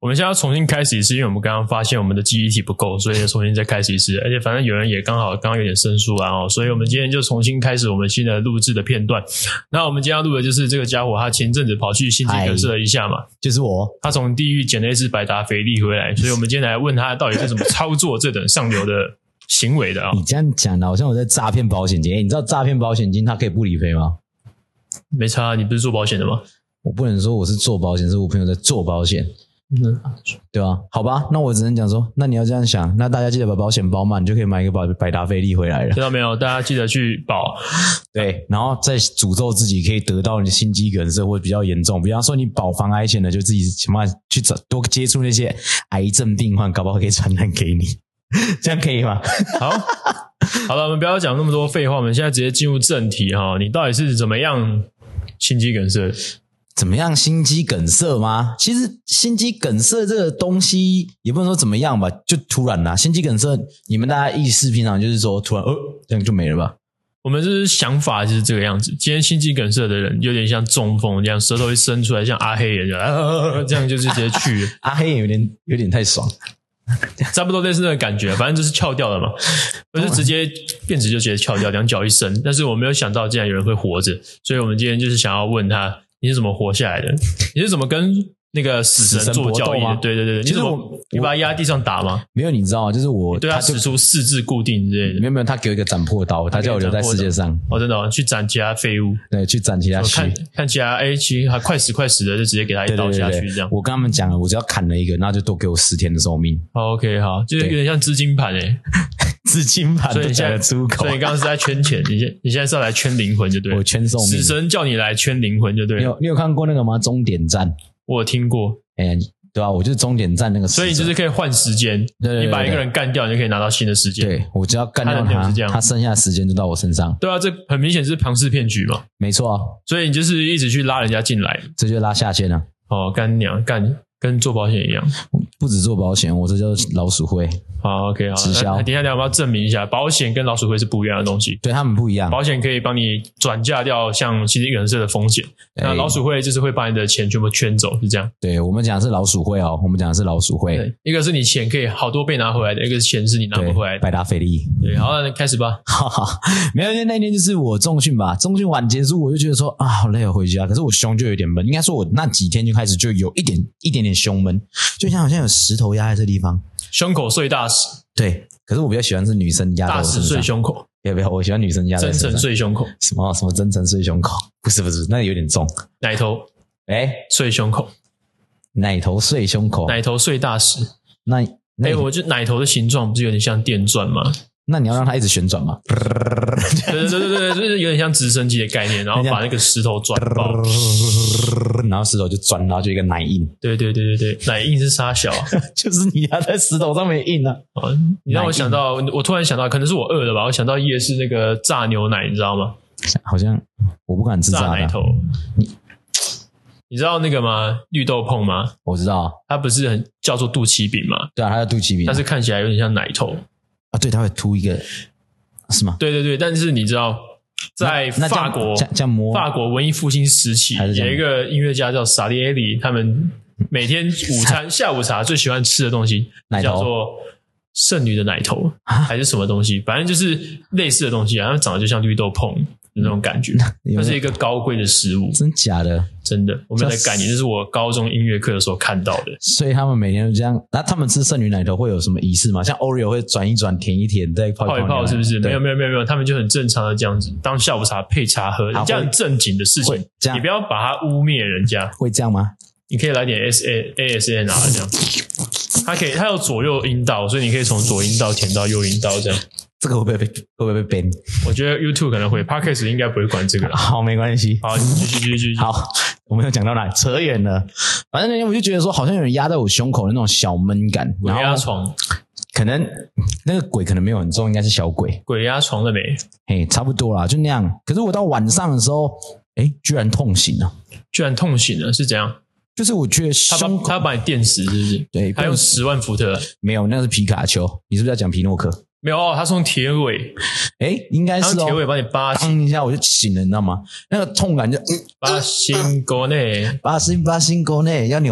我们现在要重新开始一次，因为我们刚刚发现我们的记忆体不够，所以重新再开始一次。而且反正有人也刚刚有点生疏啦所以我们今天就重新开始我们新的录制的片段。那我们今天要录的就是这个家伙，他前阵子跑去心肌梗塞了一下嘛， 就是我， 他从地狱捡了一只百达翡丽回来，所以我们今天来问他到底是怎么操作这等上流的行为的你这样讲的好像我在诈骗保险金。你知道诈骗保险金它可以不理赔吗？ 没差，你不是做保险的吗？ 我不能说我是做保险，是我朋友在做保险。对吧？好吧，那我只能讲说，那你要这样想，那大家记得把保险包满，你就可以买一个百达翡丽回来了。 知道没有？大家记得去保。 对，然后再诅咒自己可以得到你的心肌梗塞或者比较严重。比方说你保防癌险的，就自己想办法去找多接触那些癌症病患，搞不好可以传染给你。这样可以吗？ 好了，我们不要讲那么多废话，我们现在直接进入正题哈。你到底是怎么样心肌梗塞？ 怎么样心肌梗塞吗？其实心肌梗塞这个东西也不能说怎么样吧，就突然啦。心肌梗塞你们大家意识平常就是说突然这样就没了吧。 我们就是想法就是这个样子。今天心肌梗塞的人有点像中风这样，舌头一伸出来像阿黑眼这样就是直接去了。 阿黑眼有点太爽。 差不多类似那个感觉，反正就是翘掉了嘛，我就直接变直就直接翘掉，两脚一伸。但是我没有想到竟然有人会活着，所以我们今天就是想要问他，你是怎么活下来的？你是怎么跟那个死神做交易的？对对对，你把他压在地上打吗？ 没有，你知道吗？就是我对他使出四肢固定之类的。 没有，他给我一个斩破刀，他叫我留在世界上。 真的去斩其他废物。对， 去斩其他看其他其实还快死的，就直接给他一刀下去这样。 我跟他们讲了，我只要砍了一个，那就多给我10天的寿命。 OK， 好，就是有点像资金盘资金盘都讲得出口。 所以你刚刚是在圈钱，你现在是要来圈灵魂就对了。 我圈寿命。死神叫你来圈灵魂就对了。 你有看过那个吗？终点站。 我有听过。 对吧？我就是终点站那个死神。 所以你就是可以换时间。对，你把一个人干掉，你就可以拿到新的时间。 对，我只要干掉他剩下的时间就到我身上。 对啊，这很明显是庞氏骗局嘛。 没错啊。 所以你就是一直去拉人家进来。 这就拉下线了。 干娘跟做保险一样。 不止做保险，我这叫老鼠会。 好 OK 好， 直销。 等一下要不要证明一下，保险跟老鼠会是不一样的东西。 对，他们不一样。 保险可以帮你转嫁掉像心肌梗塞的风险，那老鼠会就是会把你的钱全部圈走，是这样。 对，我们讲的是老鼠会哦，我们讲的是老鼠会。 对，一个是你钱可以好多倍拿回来的，一个是钱是你拿不回来的。 百达翡丽。对， 好，那开始吧。 没有，因为那天就是我重训吧，重训完结束我就觉得说好累回家，可是我胸就有点闷，应该说我那几天就开始就有一点点胸闷，就像好像有石头压在这地方。 胸口碎大石。对， 可是我比较喜欢是女生压在我身上。大石碎胸口。 不要，我喜欢女生压在身上。 真诚碎胸口。 什么真诚碎胸口？不是，那有点重。 奶头。碎胸口。 奶头碎胸口。 奶头碎大石。我就奶头的形状不是有点像电钻吗？ 那你要让它一直旋转吗？ 对，就是有点像直升机的概念，然后把那个石头转爆， 然后石头就转，然后就一个奶印。 对，奶印是啥小？ 就是你压在石头上面印啊。 你让我想到，我突然想到，可能是我饿了吧？我想到夜市那个炸牛奶，你知道吗？ 好像我不敢吃炸奶头。你知道那个吗？绿豆椪吗？ 我知道， 它不是很叫做肚脐饼吗？ 对啊，它叫肚脐饼， 但是看起来有点像奶头啊。对，它会凸一个，是吗？ 对，但是你知道，在法国文艺复兴时期，有一个音乐家叫萨利埃里，他们每天午餐、下午茶最喜欢吃的东西叫做剩女的奶头，还是什么东西？反正就是类似的东西啊，它长得就像绿豆椪。那种感觉，它是一个高贵的食物。 真假的？ 真的，我们的概念，这是我高中音乐课的时候看到的。 所以他们每天都这样。那他们吃剩女奶头会有什么仪式吗？像 Oreo 会转一转、舔一舔，再泡一泡，是不是？没有，他们就很正常的这样子，当下午茶配茶喝，这样很正经的事情。你不要把它污蔑人家。会这样吗？你可以来点 ASMR 这样。它有左右阴道，所以你可以从左阴道舔到右阴道这样。 这个会不会被 ban？ 我觉得 YouTube 可能会 Podcast 应该不会管这个。 好，没关系。 好，你继续。 好，我们有讲到哪？扯远了。反正那天我就觉得说，好像有人压在我胸口的那种小闷感。 鬼压床。 可能那个鬼可能没有很重，应该是小鬼。 鬼压床了没？ 差不多啦，就那样。可是我到晚上的时候，居然痛醒了。是怎样？就是我觉得他把你电死，是不是？对，他用10万伏特。 没有，那是皮卡丘。你是不是要讲皮诺克？ 没有，他是用铁尾。应该是铁尾把你扒一下，我就醒了，你知道吗？那个痛感就巴辛沟内， 巴辛沟内要扭吗？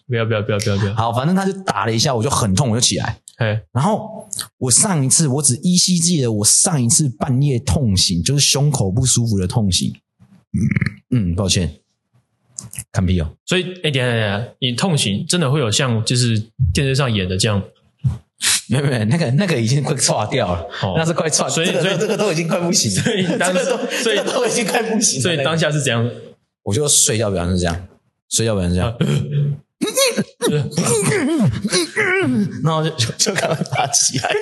不要。 好，反正他就打了一下，我就很痛，我就起来。然后我上一次我只依稀记得我上一次半夜痛醒，就是胸口不舒服的痛醒。抱歉，看屁哦。 所以，等一下，你痛醒真的会有像就是电视上演的这样？ 没有，那个已经快岔掉了，那是快岔，所以这个都已经快不行了，所以都已经快不行了。 所以当下是怎样？ 我就睡觉，表现是这样，然后就赶快爬起来。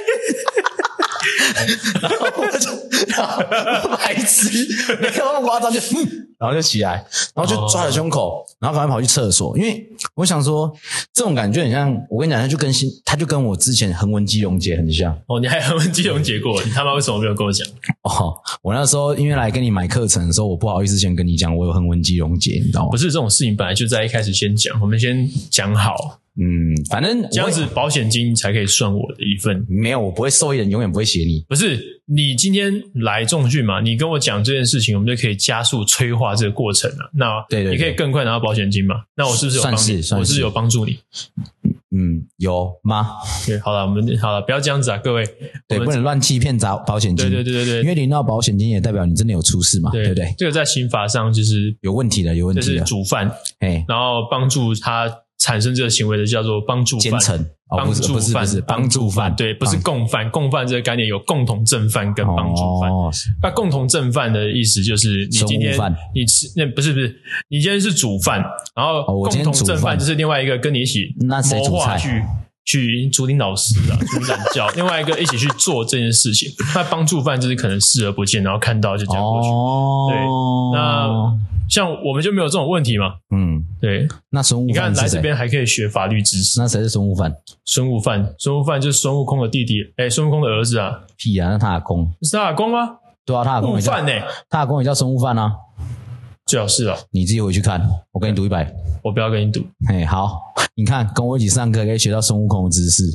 然后我就白痴，没看那么夸张，就然后就起来，然后就抓着胸口，然后赶快跑去厕所，因为我想说这种感觉很像，我跟你讲，他就跟我之前横纹肌溶解很像。 你还横纹肌溶解过？你他妈为什么没有跟我讲？ 我那时候因为来跟你买课程的时候，我不好意思先跟你讲我有横纹肌溶解，你知道吗？ 不是，这种事情本来就在一开始先讲，我们先讲好。 反正这样子保险金才可以算我的一份。 没有，我不会，受益人永远不会写你。 不是，你今天来重训嘛，你跟我讲这件事情，我们就可以加速催化这个过程啊。那对，你可以更快拿到保险金嘛？那我是不是有帮你？我是有帮助你。 有吗？ 对，好了，不要这样子啊，各位。 对，不能乱欺骗保险金。 对， 因为领到保险金也代表你真的有出事嘛，对不对？ 这个在刑法上就是有问题的， 就是主犯，然后帮助他产生这个行为的叫做帮助犯， 奸臣， 帮助犯， 帮助犯， 对，不是共犯。共犯这个概念有共同正犯跟帮助犯。那共同正犯的意思就是你今天你吃不是，你今天是主犯，然后共同正犯就是另外一个跟你一起谋划去主领老师啊，主领懒觉，另外一个一起去做这件事情。那帮助犯就是可能视而不见，然后看到就讲过去。对，那像我们就没有这种问题嘛。对。 那孙悟饭， 你看来这边还可以学法律知识。 那谁是孙悟饭？ 孙悟饭就是孙悟空的弟弟，孙悟空的儿子啊。 屁啊，那他阿公。 是他阿公吗？ 对啊，他阿公也叫悟饭他阿公也叫孙悟饭啊。 最好是你自己回去看，我跟你赌100。 我不要跟你赌。 好，你看跟我一起上课可以学到孙悟空的知识。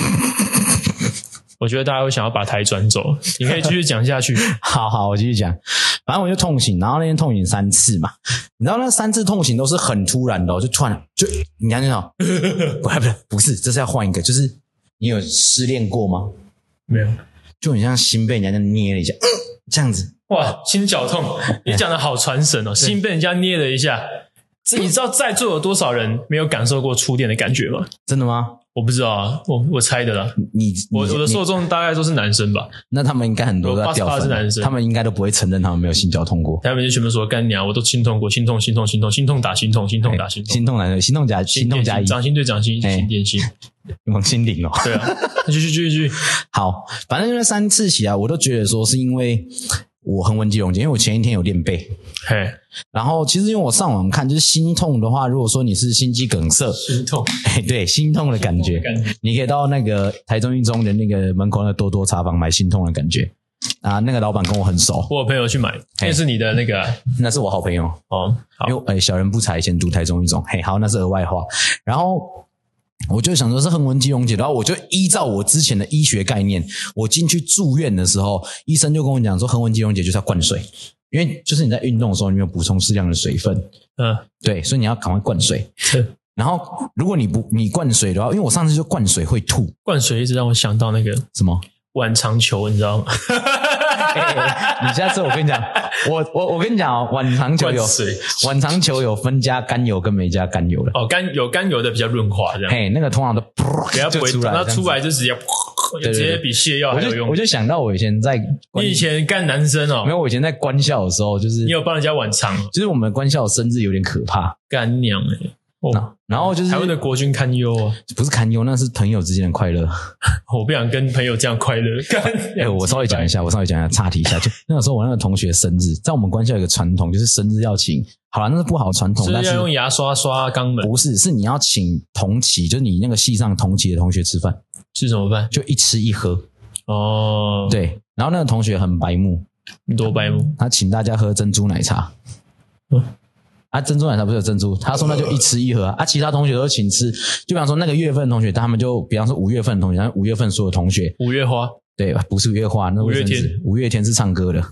我觉得大家会想要把台转走，你可以继续讲下去。 好，我继续讲。反正我就痛醒，然后那天痛醒3次嘛。你知道那3次痛醒都是很突然的，就突然就你看那种，不是，这是要换一个，就是你有失恋过吗？ 没有， 就很像心被人家捏了一下，这样子。 哇，心绞痛，你讲的好传神哦，心被人家捏了一下。你知道在座有多少人没有感受过触电的感觉吗？ 真的吗？ 我不知道啊，我猜的啦。我的受众大概都是男生吧？ 那他们应该很多都要掉粉，是男生，他们应该都不会承认他们没有心绞痛过。 他们就全部说干娘，我都心痛过，心痛打心痛，心痛打心痛，心痛男生，心痛加1， 掌心对掌心，心电心， 往心灵哦。 对啊，那继续。 好，反正那3次起来，我都觉得说是因为我横纹肌溶解，因为我前一天有练背，然后其实因为我上网看，就是心痛的话，如果说你是心肌梗塞， 心痛， 对，心痛的感觉，你可以到那个台中一中的那个门口的多多茶坊买心痛的感觉啊。那个老板跟我很熟， 我有朋友去买，那是你的那个， 那是我好朋友哦。因为小人不才，以前读台中一中，好，那是额外话。然后我就想说是横纹肌溶解，然后我就依照我之前的医学概念，我进去住院的时候，医生就跟我讲说横纹肌溶解就是要灌水，因为就是你在运动的时候你没有补充适量的水分，对，所以你要赶快灌水。然后如果你灌水的话，因为我上次就灌水会吐， 灌水一直让我想到那个什么晚长球，你知道吗？ 你下次我跟你讲，我跟你讲哦，晚长球有分加甘油跟没加甘油的。 有甘油的比较润滑这样。 那个通常都就出来，那出来就直接比泻药还有用。 我就想到我以前在， 你以前干男生哦？ 没有，我以前在官校的时候，就是你有帮人家晚长， 就是我们官校的生日有点可怕， 干娘然后就是台湾的国军堪忧啊， 不是堪忧，那是朋友之间的快乐。 我不想跟朋友这样快乐。 我稍微讲一下，岔题一下。就那个时候我那个同学生日，在我们官校有一个传统，就是生日要请。好啦，那是不好的传统， 是要用牙刷肛门。 不是，是你要请同期，就是你那个系上同期的同学吃饭。 吃什么饭？ 就一吃一喝。 哦， 对。然后那个同学很白目， 多白目， 他请大家喝珍珠奶茶。珍珠奶茶不是有珍珠，他说那就一吃一喝其他同学都请吃，就比方说那个月份的同学，他们就比方说5月份的同学，5月份所有同学， 五月花， 对吧？不是5月花，那 5月天， 5月天是唱歌的，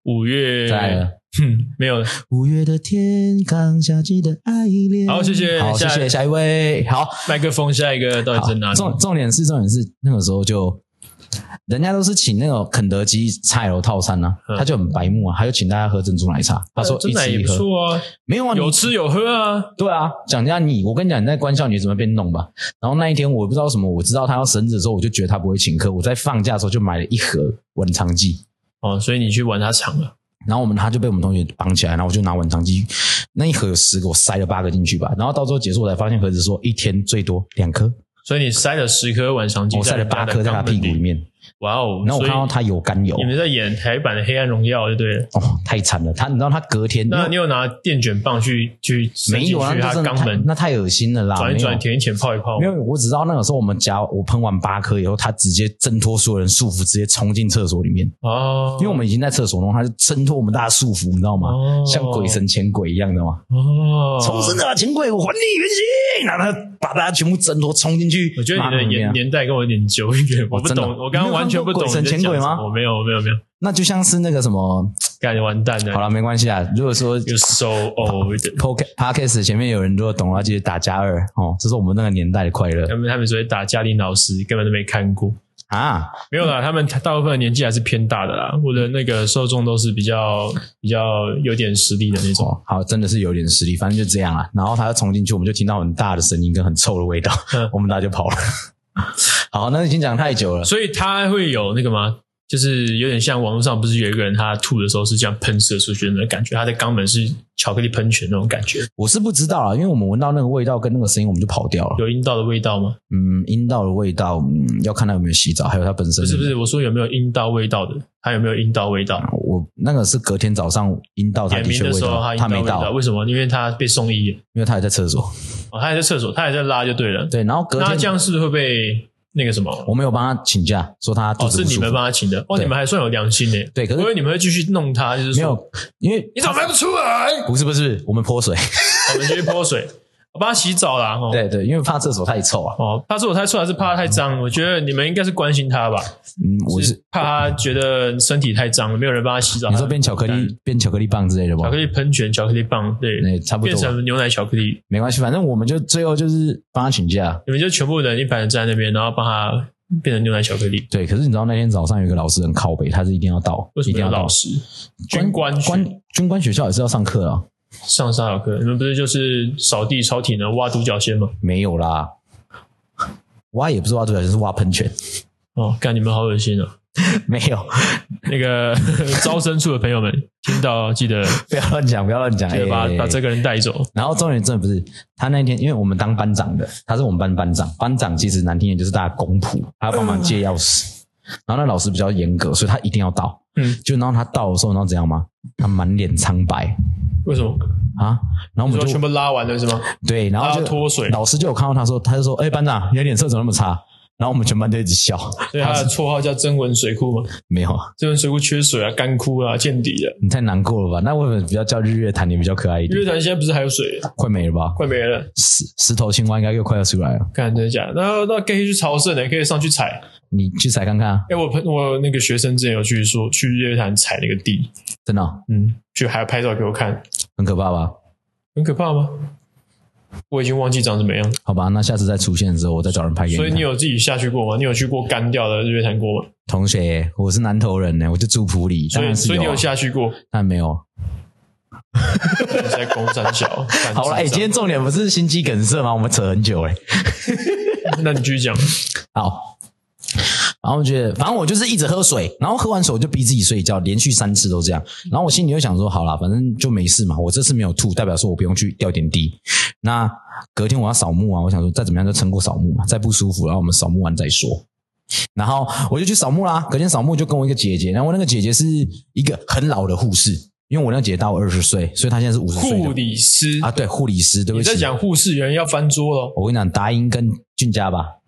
5月再来了。 没有了。 5月的天，刚下起的爱恋。 好，谢谢， 好，谢谢下一位。好， 麦克风下一个到底在哪里？ 重点是那个时候就。人家都是请那种肯德基菜楼套餐啊，他就很白目啊，他就请大家喝珍珠奶茶。他说珍奶也不错啊， 没有啊， 有吃有喝啊。 对啊，讲一下我跟你讲，你在官校你怎么被弄吧。然后那一天我不知道什么，我知道他要生日的时候，我就觉得他不会请客，我在放假的时候就买了1盒稳长剂。 哦，所以你去玩他场了。 然后他就被我们同学绑起来，然后我就拿稳长剂，那一盒有10个，我塞了8个进去吧。然后到最后结束我才发现盒子说1天最多2颗， 所以你塞了10颗稳长剂， 我塞了8颗在他屁股里面。 哇哦！ 然后我看到他有甘油， 你们在演台版的《黑暗荣耀》就对了。 哦，太惨了！你知道他隔天， 那你有拿电卷棒去没有啊？ 他肛门， 那太恶心了啦！ 转一转，舔一舔，泡一泡。 没有，我只知道那个时候我喷完8颗以后，他直接挣脱所有人束缚，直接冲进厕所里面。哦，因为我们已经在厕所中，他就挣脱我们大家束缚，你知道吗？像鬼神牵鬼一样的吗？哦，重生的牵鬼，我还你原形！然后他把大家全部挣脱，冲进去。 我觉得你的年代跟我有点久一点，我不懂，我刚刚完全不懂鬼神牵鬼吗？ 我没有， 那就像是那个什么， 感觉完蛋了。 好了，没关系啊。如果说 You're so old Podcast 前面有人如果懂的话，记得打+2哦，这是我们那个年代的快乐。 他们所谓打嘉玲老师，根本都没看过啊。 没有啦，他们大部分的年纪还是偏大的啦。我的那个受众都是比较有点实力的那种。 哦，好，真的是有点实力，反正就这样啦。然后他冲进去，我们就听到很大的声音跟很臭的味道，我们大家就跑了。好，那已经讲太久了。 所以他会有那个吗？就是有点像网络上不是有一个人他吐的时候是这样喷射出去的那种感觉，他的肛门是巧克力喷泉那种感觉。 我是不知道啦，因为我们闻到那个味道跟那个声音我们就跑掉了。 有阴道的味道吗？ 阴道的味道，要看他有没有洗澡，还有他本身。 不是，我说有没有阴道味道的，他有没有阴道味道？ 我那个是隔天早上阴道他的确味道，他没到。 为什么？因为他被送医， 因为他还在厕所。 哦，他还在厕所，他还在拉就对了。 对，然后隔天那这样是不是会被那个什么？ 我没有帮他请假，说他肚子不舒服。 是你们帮他请的。哦，你们还算有良心耶。 对，可是因为你们会继续弄他，就是说没有，因为你怎么排不出来？ 不是，我们泼水， 我们继续泼水。我帮他洗澡啦。哦， 对，因为怕厕所太臭啊。 哦，怕厕所太臭还是怕他太脏？我觉得你们应该是关心他吧。 我是怕他觉得身体太脏了，没有人帮他洗澡。 你说变巧克力棒之类的吗？ 巧克力喷泉、巧克力棒，对， 差不多变成牛奶巧克力， 没关系，反正我们就最后就是帮他请假， 你们就全部人一排人站在那边，然后帮他变成牛奶巧克力。 对，可是你知道那天早上有一个老师很靠北，他是一定要到， 为什么有老师？军官学校也是要上课啊。 上啥有课？你们不是就是扫地、抄体能、挖独角仙吗？ 没有啦，挖也不是挖独角仙，是挖喷泉。 哦，干你们好恶心啊！ 没有， 那个招生处的朋友们听到记得不要乱讲， 记得把这个人带走。 然后重点真的不是他那天，因为我们当班长的，他是我们班长，班长其实难听点就是大家公仆，他要帮忙借钥匙。然后那老师比较严格，所以他一定要到。就然后他到的时候，你知道怎样吗？他满脸苍白。 为什么啊？然后我们就全部拉完了是吗？ 对，然后就脱水。 老师就有看到他说，他就说：“班长，你的脸色怎么那么差？”然后我们全班就一直笑。 所以他的绰号叫曾文水库吗？ 没有， 曾文水库缺水啊，干枯啊，见底了。 你太难过了吧？那为什么比较叫日月潭也比较可爱一点？ 日月潭现在不是还有水？ 快没了吧？ 快没了。 石头青蛙应该又快要出来了。 看真的假的？那可以去朝圣的，可以上去采。 你去采看看啊！ 我那个学生之前有去日月潭采那个地， 真的哦？ 就还要拍照给我看， 很可怕吧？ 很可怕吗？我已经忘记长怎么样。 好吧，那下次再出现的时候，我再找人拍给你看。 所以你有自己下去过吗？你有去过干掉的日月潭过吗？ 同学，我是南投人呢，我就住埔里，当然是有。 所以你有下去过？ 但没有。 你在公三小。 好了，今天重点不是心肌梗塞吗？我们扯很久那你继续讲。 好。然后我觉得，反正我就是一直喝水，然后喝完水我就逼自己睡觉，连续3次都这样。然后我心里就想说，好啦，反正就没事嘛，我这次没有吐，代表说我不用去吊点滴。那隔天我要扫墓啊，我想说再怎么样就撑过扫墓嘛，再不舒服，然后我们扫墓完再说。然后我就去扫墓啦，隔天扫墓就跟我一个姐姐，然后我那个姐姐是一个很老的护士，因为我那个姐姐大我20岁，所以她现在是50岁的。 护理师啊， 对，护理师，对不起。 你在讲护士员要翻桌了。 我跟你讲，达英跟俊佳吧。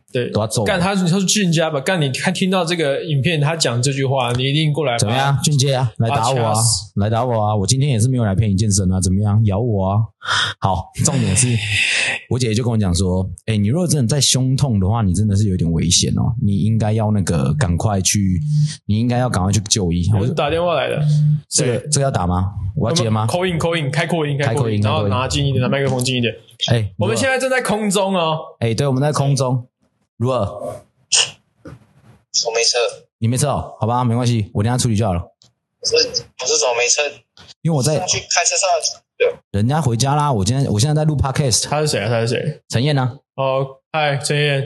对， 都要揍。 干他是俊家吧？干你看听到这个影片，他讲这句话，你一定过来怎么样？俊杰啊，来打我啊，来打我啊！我今天也是没有来陪你健身啊，怎么样？咬我啊！好，重点是我姐姐就跟我讲说，你如果真的在胸痛的话，你真的是有点危险哦，你应该要赶快去就医。 我是打电话来的， 这个要打吗？我要接吗 ？call in， 开扩音，然后拿近一点，拿麦克风近一点。我们现在正在空中哦。 对，我们在空中。如何？ 我没车。 你没车哦？好吧，没关系，我等一下处理就好了。 我是怎么没车？ 因为我在去开车上。对。 人家回家啦，我现在在录 podcast。 他是谁？ 陈燕啊。 哦，嗨，陈燕。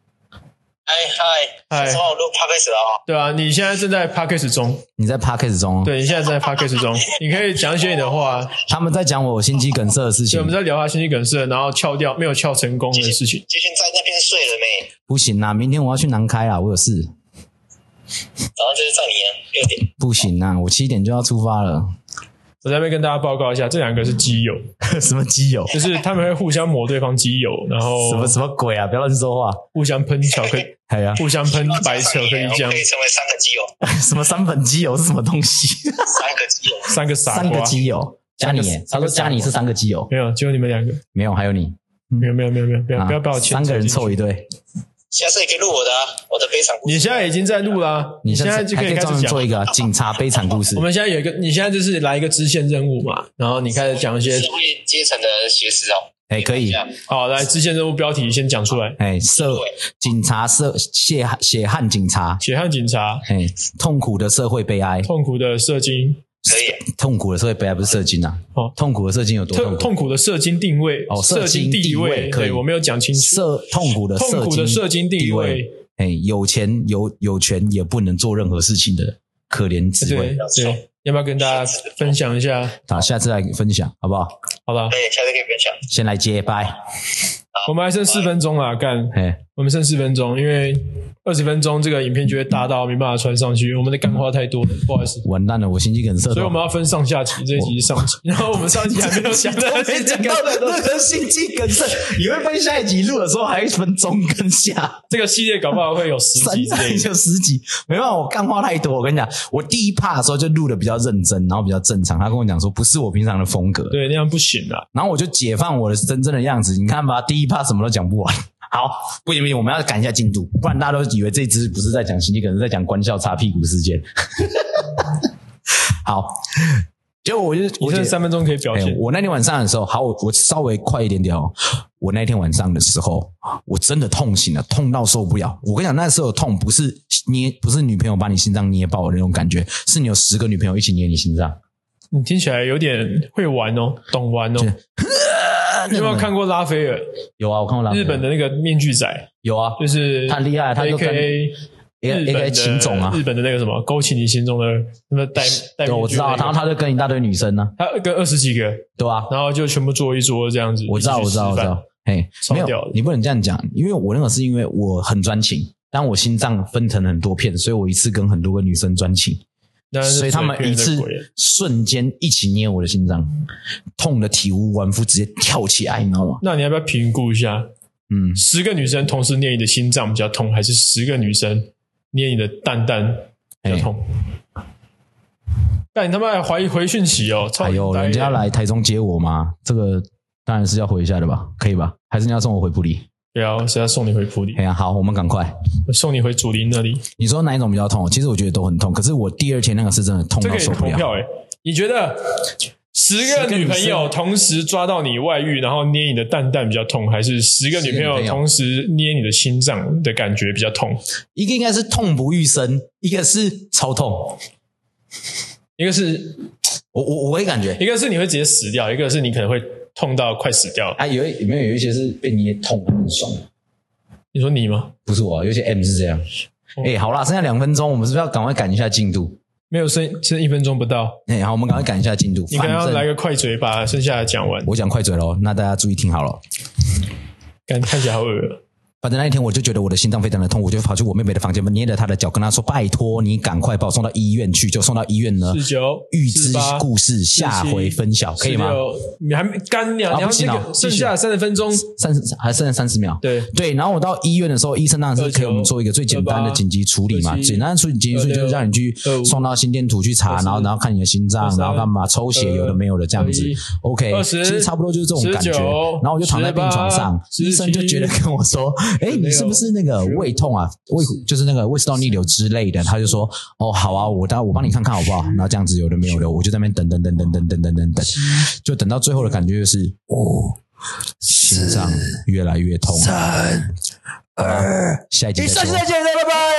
嗨，说我录 podcast 了啊？ 对啊，你现在正在 podcast 中。 你在 podcast 中？ 对，你现在在 podcast 中，你可以讲一些你的话。 他们在讲我心肌梗塞的事情。 对，我们在聊他心肌梗塞，然后没有翘成功的事情。 继续在那边睡了没？ 不行啦，明天我要去南开啦，我有事。 然后就是载你6点。 不行啦，我7点就要出发了。 我在那边跟大家报告一下，这两个是基友。 什么基友？ 就是他们会互相抹对方基友，然后什么鬼啊！不要乱说话。 互相喷巧克力，互相喷白巧克力酱， 可以成为3个基友。 什么3粉基友是什么东西 ？3个基友 ，3个傻瓜 ，3个基友，加你，他说加你是3个基友， 没有，只有你们2个， 没有，还有你， 没有，不要把我牵 3个人凑一对。 下次也可以录我的我的悲惨故事。 你现在已经在录啦，你现在就可以开始讲做一个警察悲惨故事。 我们现在有一个，你现在就是来一个支线任务嘛，然后你开始讲一些社会阶层的学识哦。 可以。 好，来支线任务标题先讲出来。 警察血汗警察，痛苦的社会悲哀， 痛苦的社经。 可以， 痛苦的社会悲哀不是社经啊！痛苦的社经有多痛苦？ 痛苦的社经定位社经地位，对我没有讲清楚。 痛苦的社经地位， 有钱有权也不能做任何事情的可怜职位。 对，要不要跟大家分享一下？ 好，下次来分享好不好？ 好吧， 对，下次可以分享。 先来接，拜。 我们还剩4分钟啦，干！我们剩4分钟，因为20分钟这个影片就会大到没办法传上去，我们的干话太多了，不好意思。 完蛋了，我心肌梗塞。 所以我们要分上下集，这一集是上集，然后我们上集还没有讲到任何心肌梗塞，你会分下一集录的时候还分中跟下。 这个系列搞不好会有10集之类的， 就10集，没办法，我干话太多。我跟你讲，我第一 part 的时候就录的比较认真，然后比较正常。他跟我讲说，不是我平常的风格， 对，那样不行啊。 然后我就解放我的真正的样子，你看吧，第一 part 什么都讲不完。好，不行，我们要赶一下进度，不然大家都以为这支不是在讲心肌梗塞，在讲官校擦屁股事件。好，结果我剩3分钟可以表现。 我那天晚上的时候，好，我稍微快一点点哦。我那天晚上的时候，我真的痛醒了，痛到受不了。我跟你讲，那时候痛不是女朋友把你心脏捏爆的那种感觉，是你有10个女朋友一起捏你心脏。 你听起来有点会玩哦，懂玩哦。你有没有看过拉斐尔？ 有啊，我看过拉斐尔。 日本的那个面具仔有啊， 就是他很厉害，他就跟 AKA 秦总啊， 日本的那个什么勾起你心中的那么戴面具。 我知道，然后他就跟一大堆女生呢， 他跟20几个， 对啊， 然后就全部坐一桌这样子。 我知道。没有，你不能这样讲，因为我那个是因为我很专情，但我心脏分成很多片，所以我一次跟很多个女生专情。所以他们一次瞬间一起捏我的心脏，痛得体无完肤，直接跳起来，你知道吗？ 那你要不要评估一下？10个女生同时捏你的心脏比较痛，还是10个女生捏你的蛋蛋比较痛？但你他妈还怀疑回讯息哦！ 哎呦，人家要来台中接我吗？这个当然是要回一下的吧？可以吧？还是你要送我回埔里？ 不要，是要送你回埔里。 好，我们赶快。 我送你回竹林那里。 你说哪一种比较痛？其实我觉得都很痛，可是我第2天那个是真的痛到受不了。 这个也投票你觉得10个女朋友同时抓到你外遇，然后捏你的蛋蛋比较痛，还是10个女朋友同时捏你的心脏的感觉比较痛？ 一个应该是痛不欲生，一个是超痛， 一个是我会感觉， 一个是你会直接死掉，一个是你可能会痛到快死掉。 有没有一些是被捏痛很爽？ 你说你吗？ 不是我，有些 M 是这样。好啦，剩下2分钟，我们是不是要赶快赶一下进度？ 没有，剩1分钟不到。 好，我们赶快赶一下进度。 你可能要来个快嘴把剩下的讲完。 我讲快嘴咯，那大家注意听好了。 看起来好恶。 反正那一天我就觉得我的心脏非常的痛，我就跑去我妹妹的房间，捏着她的脚，跟她说：“拜托你赶快把我送到医院去。”就送到医院呢。预知故事下回分晓，可以吗？ 你还没干鸟， 不行剩下30分钟还剩下30秒。对，然后我到医院的时候，医生当然是给我们做一个最简单的紧急处理嘛。简单的紧急处理就是让你去送到心电图去查，然后看你的心脏，然后干嘛抽血，有的没有的这样子。OK， 其实差不多就是这种感觉。然后我就躺在病床上，医生就觉得跟我说：“你是不是那个胃痛啊？就是那个胃食道逆流之类的？”他就说：“哦，好啊，我帮你看看好不好？”然后这样子有的没有的，我就在那边等，就等到最后的感觉就是心脏越来越痛。3、2，下一集再见，拜拜。